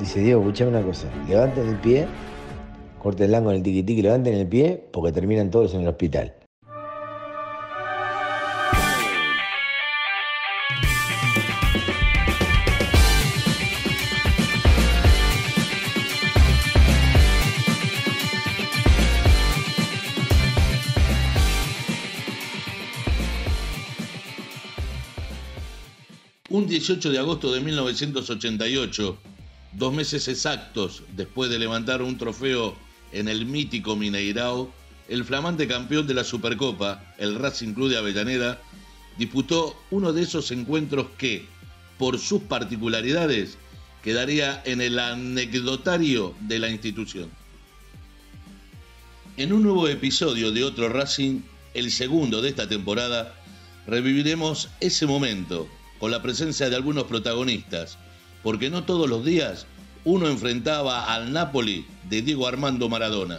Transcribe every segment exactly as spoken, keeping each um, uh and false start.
Dice, Diego, escuchame una cosa, levanten el pie, córtenla con el tiqui-tiqui, levanten el pie, porque terminan todos en el hospital. Un dieciocho de agosto de mil novecientos ochenta y ocho, dos meses exactos después de levantar un trofeo en el mítico Mineirao, el flamante campeón de la Supercopa, el Racing Club de Avellaneda, disputó uno de esos encuentros que, por sus particularidades, quedaría en el anecdotario de la institución. En un nuevo episodio de Otro Racing, el segundo de esta temporada, reviviremos ese momento con la presencia de algunos protagonistas, porque no todos los días uno enfrentaba al Napoli de Diego Armando Maradona.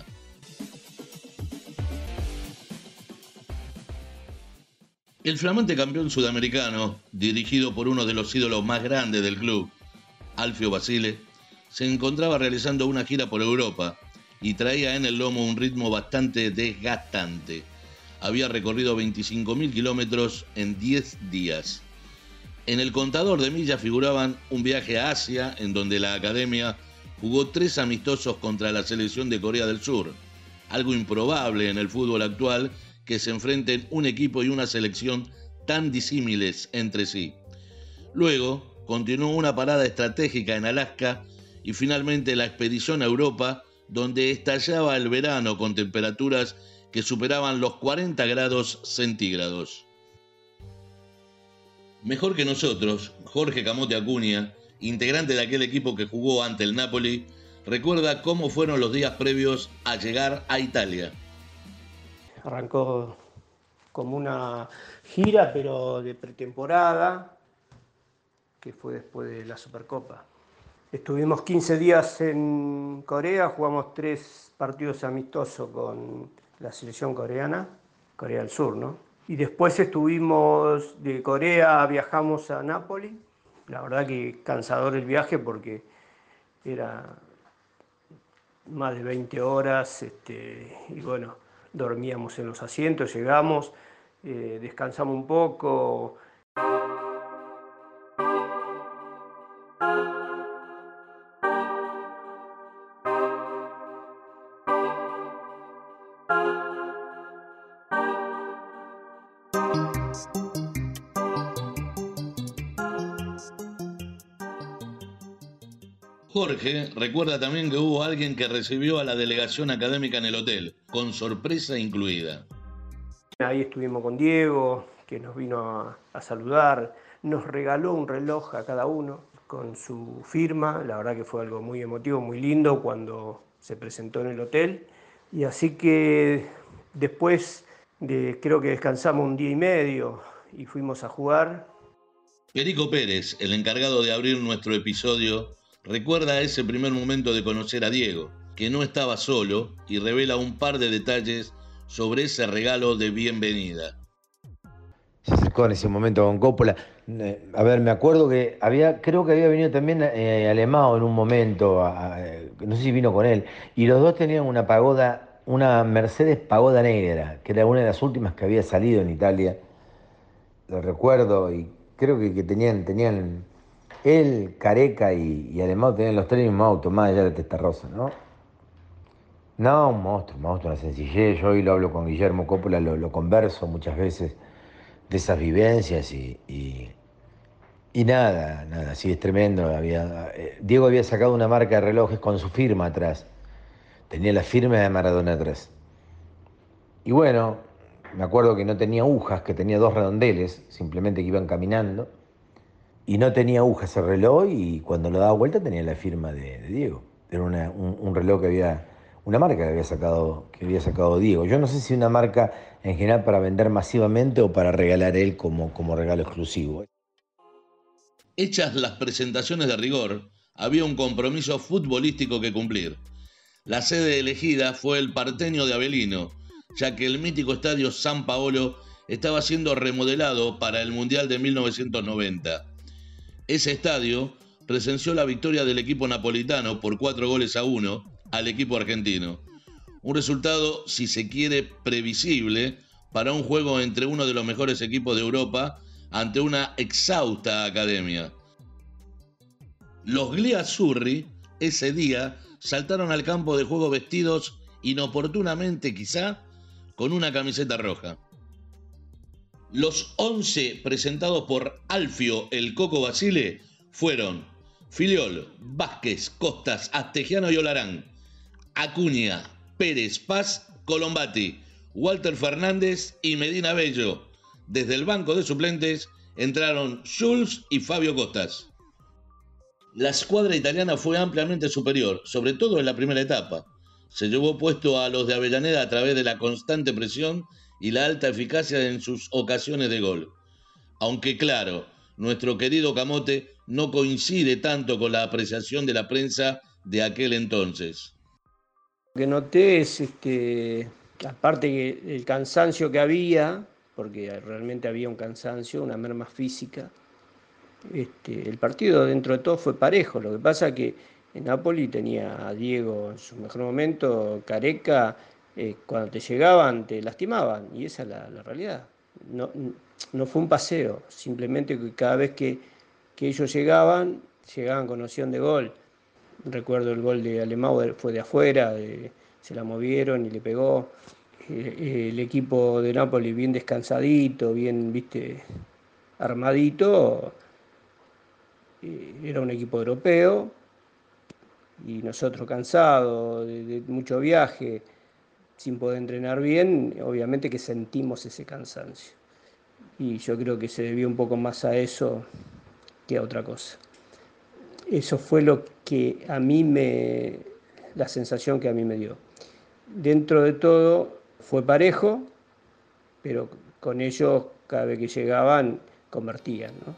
El flamante campeón sudamericano, dirigido por uno de los ídolos más grandes del club, Alfio Basile, se encontraba realizando una gira por Europa y traía en el lomo un ritmo bastante desgastante. Había recorrido veinticinco mil kilómetros en diez días. En el contador de millas figuraban un viaje a Asia, en donde la academia jugó tres amistosos contra la selección de Corea del Sur, algo improbable en el fútbol actual que se enfrenten un equipo y una selección tan disímiles entre sí. Luego continuó una parada estratégica en Alaska y finalmente la expedición a Europa, donde estallaba el verano con temperaturas que superaban los cuarenta grados centígrados. Mejor que nosotros, Jorge Camote Acuña, integrante de aquel equipo que jugó ante el Napoli, recuerda cómo fueron los días previos a llegar a Italia. Arrancó como una gira, pero de pretemporada, que fue después de la Supercopa. Estuvimos quince días en Corea, jugamos tres partidos amistosos con la selección coreana, Corea del Sur, ¿no? Y después estuvimos de Corea, viajamos a Nápoli. La verdad que cansador el viaje porque era más de veinte horas, este, y bueno, dormíamos en los asientos, llegamos, eh, descansamos un poco. Jorge recuerda también que hubo alguien que recibió a la delegación académica en el hotel, con sorpresa incluida. Ahí estuvimos con Diego, que nos vino a, a saludar, nos regaló un reloj a cada uno con su firma. La verdad que fue algo muy emotivo, muy lindo cuando se presentó en el hotel. Y así que después de, creo que descansamos un día y medio y fuimos a jugar. Perico Pérez, el encargado de abrir nuestro episodio, recuerda ese primer momento de conocer a Diego, que no estaba solo, y revela un par de detalles sobre ese regalo de bienvenida. Se acercó en ese momento con Coppola. A ver, me acuerdo que había, creo que había venido también eh, Alemão en un momento, a, a, no sé si vino con él, y los dos tenían una pagoda, una Mercedes Pagoda negra, que era una de las últimas que había salido en Italia. Lo recuerdo, y creo que, que tenían, tenían él, Careca y, y Alemão tenían los tres mismos autos, más allá de Testarrosa, ¿no? No, un monstruo, un monstruo, una sencillez. Yo hoy lo hablo con Guillermo Coppola, lo, lo converso muchas veces de esas vivencias y, y, y nada, nada, sí, es tremendo. Había, eh, Diego había sacado una marca de relojes con su firma atrás, tenía la firma de Maradona atrás. Y bueno, me acuerdo que no tenía agujas, que tenía dos redondeles, simplemente que iban caminando, y no tenía agujas el reloj, y cuando lo daba vuelta tenía la firma de, de Diego. Era una, un, un reloj que había... una marca que había sacado, que había sacado Diego. Yo no sé si una marca en general para vender masivamente o para regalar él como, como regalo exclusivo. Hechas las presentaciones de rigor, había un compromiso futbolístico que cumplir. La sede elegida fue el Partenio de Avellino, ya que el mítico estadio San Paolo estaba siendo remodelado para el Mundial de mil novecientos noventa. Ese estadio presenció la victoria del equipo napolitano por cuatro goles a uno al equipo argentino. Un resultado, si se quiere, previsible para un juego entre uno de los mejores equipos de Europa ante una exhausta academia. Los Gliazzurri ese día saltaron al campo de juego vestidos inoportunamente, quizá, con una camiseta roja. Los once presentados por Alfio el Coco Basile fueron Filiol, Vázquez, Costas, Astegiano y Olarán, Acuña, Pérez, Paz, Colombati, Walter Fernández y Medina Bello. Desde el banco de suplentes entraron Schulz y Fabio Costas. La escuadra italiana fue ampliamente superior, sobre todo en la primera etapa. Se llevó puesto a los de Avellaneda a través de la constante presión y la alta eficacia en sus ocasiones de gol. Aunque claro, nuestro querido Camote no coincide tanto con la apreciación de la prensa de aquel entonces. Lo que noté es, este, aparte que el cansancio que había, porque realmente había un cansancio, una merma física, este, el partido dentro de todo fue parejo. Lo que pasa es que en Napoli tenía a Diego en su mejor momento, Careca, eh, cuando te llegaban te lastimaban, y esa es la, la realidad. No, no fue un paseo, simplemente que cada vez que, que ellos llegaban, llegaban con opción de gol. Recuerdo el gol de Alemão fue de afuera, de, se la movieron y le pegó. Eh, el equipo de Napoli bien descansadito, bien, viste, armadito. Eh, era un equipo europeo y nosotros cansados de, de mucho viaje, sin poder entrenar bien, obviamente que sentimos ese cansancio. Y yo creo que se debió un poco más a eso que a otra cosa. Eso fue lo que a mí me, la sensación que a mí me dio. Dentro de todo fue parejo, pero con ellos cada vez que llegaban convertían, ¿no?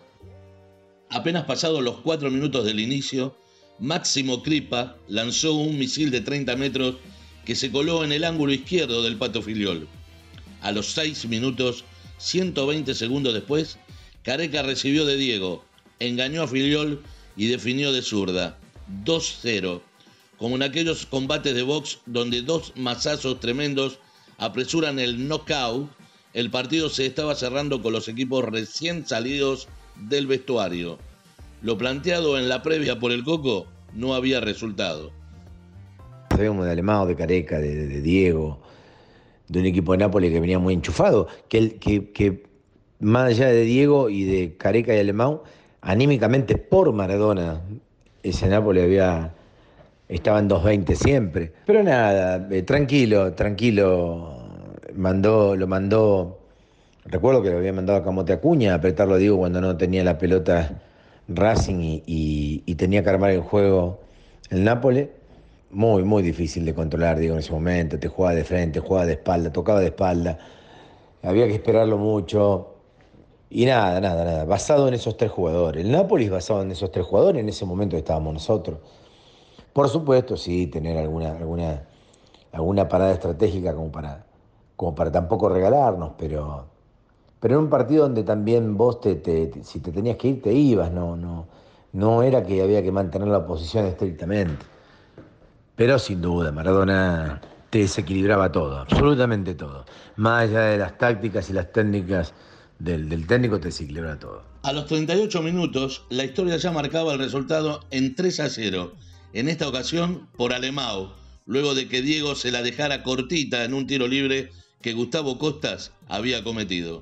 Apenas pasados los cuatro minutos del inicio, Máximo Kripa lanzó un misil de treinta metros que se coló en el ángulo izquierdo del Pato Filiol. A los seis minutos, ciento veinte segundos después, Careca recibió de Diego, engañó a Filiol y definió de zurda, dos cero, como en aquellos combates de box donde dos mazazos tremendos apresuran el knockout. El partido se estaba cerrando con los equipos recién salidos del vestuario. Lo planteado en la previa por el Coco no había resultado. Sabíamos de Alemão, de Careca, de, de, de Diego, de un equipo de Nápoles que venía muy enchufado, que, el, que, que más allá de Diego y de Careca y Alemão, anímicamente por Maradona, ese Nápoles había, estaba en dos veinte siempre. Pero nada, eh, tranquilo, tranquilo, mandó, lo mandó. Recuerdo que lo había mandado a Camote Acuña a apretarlo a Diego cuando no tenía la pelota Racing y, y, y tenía que armar el juego el Nápoles. Muy, muy difícil de controlar, Diego, en ese momento. Te jugaba de frente, jugaba de espalda, tocaba de espalda. Había que esperarlo mucho. Y nada, nada, nada. Basado en esos tres jugadores. El Nápoles basado en esos tres jugadores, en ese momento estábamos nosotros. Por supuesto, sí, tener alguna, alguna, alguna parada estratégica como para, como para tampoco regalarnos, pero... Pero en un partido donde también vos, te, te, te, si te tenías que ir, te ibas, no, no, no era que había que mantener la posición estrictamente. Pero sin duda, Maradona te desequilibraba todo, absolutamente todo. Más allá de las tácticas y las técnicas del, del técnico, te desequilibraba todo. A los treinta y ocho minutos, la historia ya marcaba el resultado en tres a cero. En esta ocasión, por Alemão, luego de que Diego se la dejara cortita en un tiro libre que Gustavo Costas había cometido.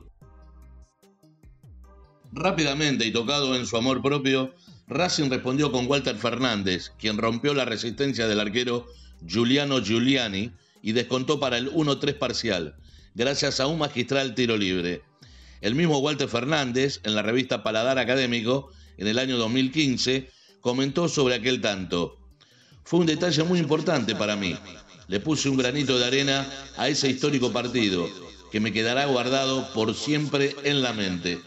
Rápidamente y tocado en su amor propio, Racing respondió con Walter Fernández, quien rompió la resistencia del arquero Giuliano Giuliani y descontó para el uno tres parcial, gracias a un magistral tiro libre. El mismo Walter Fernández, en la revista Paladar Académico, en el año dos mil quince, comentó sobre aquel tanto. Fue un detalle muy importante para mí. Le puse un granito de arena a ese histórico partido, que me quedará guardado por siempre en la mente.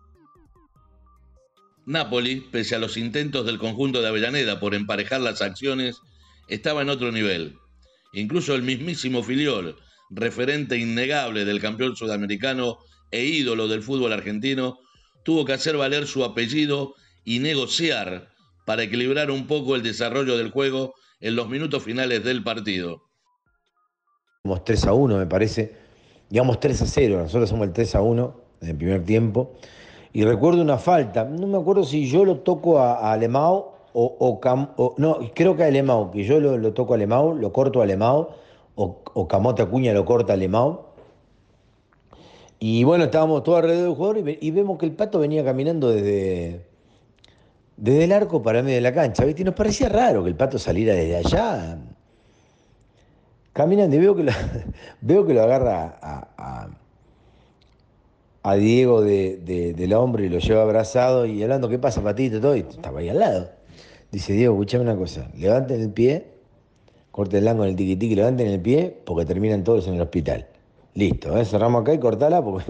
Napoli, pese a los intentos del conjunto de Avellaneda por emparejar las acciones, estaba en otro nivel. Incluso el mismísimo Filiol, referente innegable del campeón sudamericano e ídolo del fútbol argentino, tuvo que hacer valer su apellido y negociar para equilibrar un poco el desarrollo del juego en los minutos finales del partido. Somos tres a uno, me parece. Digamos tres a cero, nosotros somos el tres a uno en el primer tiempo. Y recuerdo una falta, no me acuerdo si yo lo toco a, a Alemão o, o, Cam, o no, creo que a Alemão, que yo lo, lo toco a Alemão, lo corto a Alemão, o, o Camote Acuña lo corta a Alemão. Y bueno, estábamos todos alrededor del jugador y, ve- y vemos que el Pato venía caminando desde, desde el arco para medio de la cancha, ¿viste? Y nos parecía raro que el Pato saliera desde allá, caminando, y veo que lo, veo que lo agarra a, a- a Diego de, de- del hombro y lo lleva abrazado y hablando, ¿qué pasa, Patito? Todo, y estaba ahí al lado. Dice, Diego, escuchame una cosa, levanten el pie, corten con el tiqui tiqui, levanten el pie, porque terminan todos en el hospital. Listo, ¿eh? Cerramos acá y cortala porque...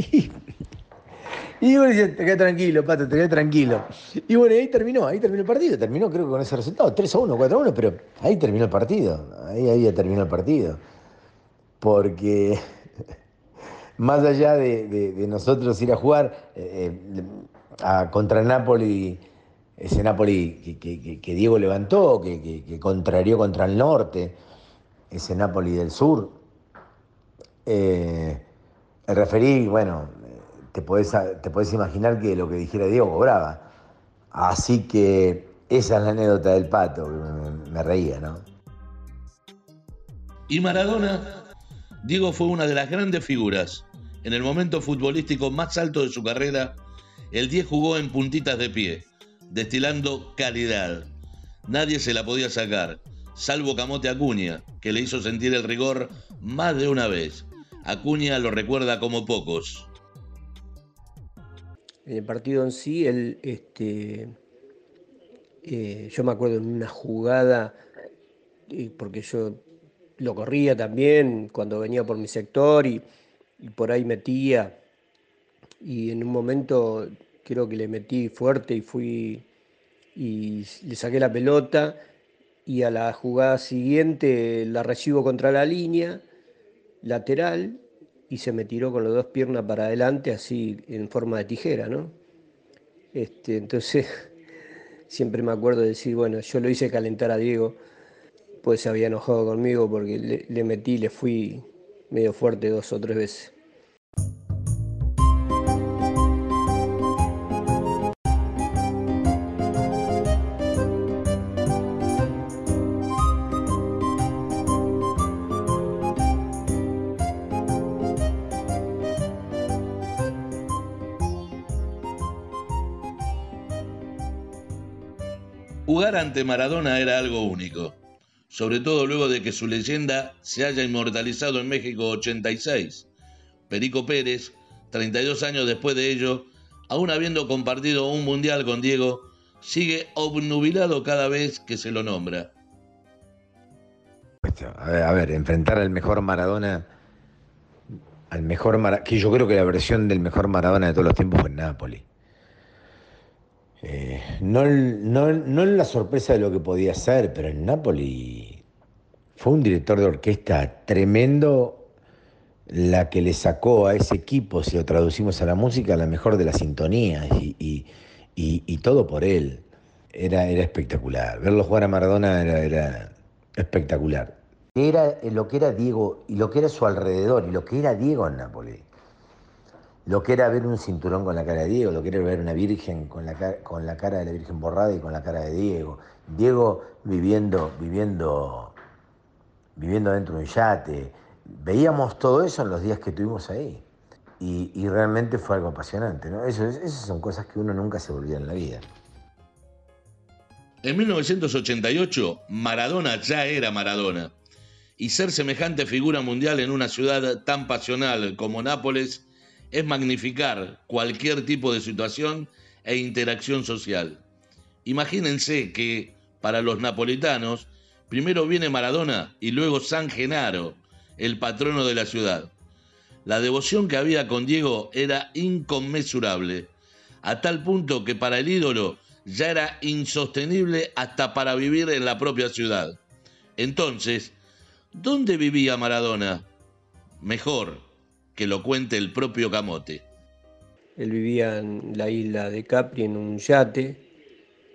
Y bueno, dice, te quedas tranquilo, Pato, te quedas tranquilo. Y bueno, ahí terminó, ahí terminó el partido. Terminó creo que con ese resultado, tres a uno, cuatro a uno, pero ahí terminó el partido. Ahí, ahí ya terminó el partido. Porque más allá de, de- de nosotros ir a jugar eh, eh, a- contra Napoli, ese Napoli que, que- que- que Diego levantó, que, que- que contrarió contra el norte, ese Napoli del sur, eh, el referí, bueno, eh, te podés, te podés imaginar que lo que dijera Diego cobraba. Así que esa es la anécdota del Pato, que me, me- me reía, ¿no? Y Maradona, Diego fue una de las grandes figuras. En el momento futbolístico más alto de su carrera, el diez jugó en puntitas de pie, destilando calidad. Nadie se la podía sacar, salvo Camote Acuña, que le hizo sentir el rigor más de una vez. Acuña lo recuerda como pocos. En el partido en sí, él, este, eh, yo me acuerdo en una jugada, eh, porque yo lo corría también cuando venía por mi sector y, y por ahí metía, y en un momento creo que le metí fuerte y fui y le saqué la pelota y a la jugada siguiente la recibo contra la línea lateral y se me tiró con las dos piernas para adelante así en forma de tijera, ¿no? Este, entonces siempre me acuerdo de decir, bueno, yo lo hice calentar a Diego, pues se había enojado conmigo porque le, le metí, le fui medio fuerte dos o tres veces. Jugar ante Maradona era algo único, sobre todo luego de que su leyenda se haya inmortalizado en México ochenta y seis. Perico Pérez, treinta y dos años después de ello, aún habiendo compartido un mundial con Diego, sigue obnubilado cada vez que se lo nombra. A ver, a ver, enfrentar al mejor Maradona, al mejor Mara- que yo creo que la versión del mejor Maradona de todos los tiempos fue en Nápoles. Eh, no, no, no en la sorpresa de lo que podía ser, pero en Napoli fue un director de orquesta tremendo, la que le sacó a ese equipo, si lo traducimos a la música, la mejor de las sintonías y, y- y- y todo por él. Era, era espectacular. Verlo jugar a Maradona era, era espectacular. Era lo que era Diego y lo que era su alrededor y lo que era Diego en Napoli. Lo que era ver un cinturón con la cara de Diego, lo que era ver una virgen con la, cara, con la cara de la Virgen borrada y con la cara de Diego. Diego viviendo, viviendo, viviendo dentro de un yate. Veíamos todo eso en los días que estuvimos ahí. Y, y realmente fue algo apasionante, ¿no? Eso, esas son cosas que uno nunca se olvida en la vida. En mil novecientos ochenta y ocho, Maradona ya era Maradona. Y ser semejante figura mundial en una ciudad tan pasional como Nápoles es magnificar cualquier tipo de situación e interacción social. Imagínense que, para los napolitanos, primero viene Maradona y luego San Genaro, el patrono de la ciudad. La devoción que había con Diego era inconmensurable, a tal punto que para el ídolo ya era insostenible hasta para vivir en la propia ciudad. Entonces, ¿dónde vivía Maradona? Mejor que lo cuente el propio Camote. Él vivía en la isla de Capri en un yate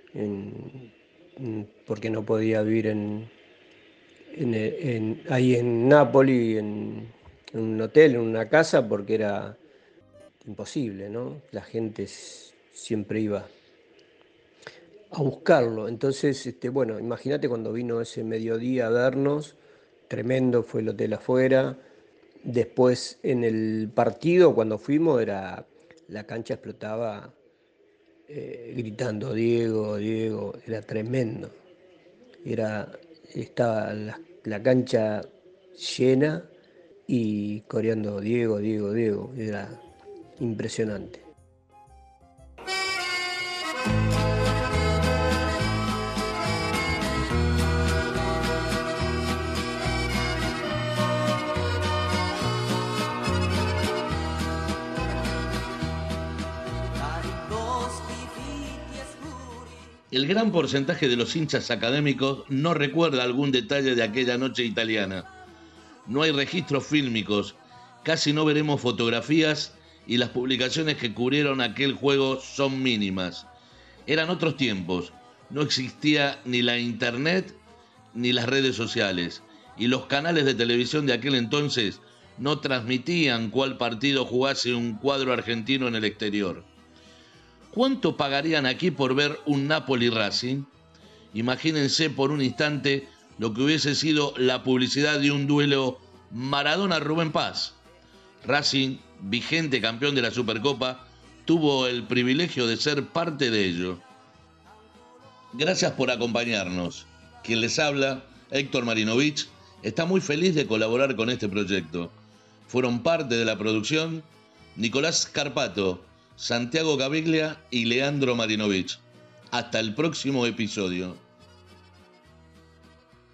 en, porque no podía vivir en, en, en, ahí en Nápoli, en, en un hotel, en una casa, porque era imposible, ¿no? La gente siempre iba a buscarlo. Entonces, este, bueno, imagínate cuando vino ese mediodía a vernos, tremendo fue el hotel afuera. Después en el partido, cuando fuimos, era la cancha explotaba eh, gritando Diego, Diego, era tremendo. Era, estaba la, la cancha llena y coreando Diego, Diego, Diego, era impresionante. El gran porcentaje de los hinchas académicos no recuerda algún detalle de aquella noche italiana. No hay registros fílmicos, casi no veremos fotografías y las publicaciones que cubrieron aquel juego son mínimas. Eran otros tiempos, no existía ni la internet ni las redes sociales, y los canales de televisión de aquel entonces no transmitían cuál partido jugase un cuadro argentino en el exterior. ¿Cuánto pagarían aquí por ver un Napoli Racing? Imagínense por un instante lo que hubiese sido la publicidad de un duelo Maradona-Rubén Paz. Racing, vigente campeón de la Supercopa, tuvo el privilegio de ser parte de ello. Gracias por acompañarnos. Quien les habla, Héctor Marinovich, está muy feliz de colaborar con este proyecto. Fueron parte de la producción Nicolás Carpato, Santiago Caviglia y Leandro Marinovich. Hasta el próximo episodio.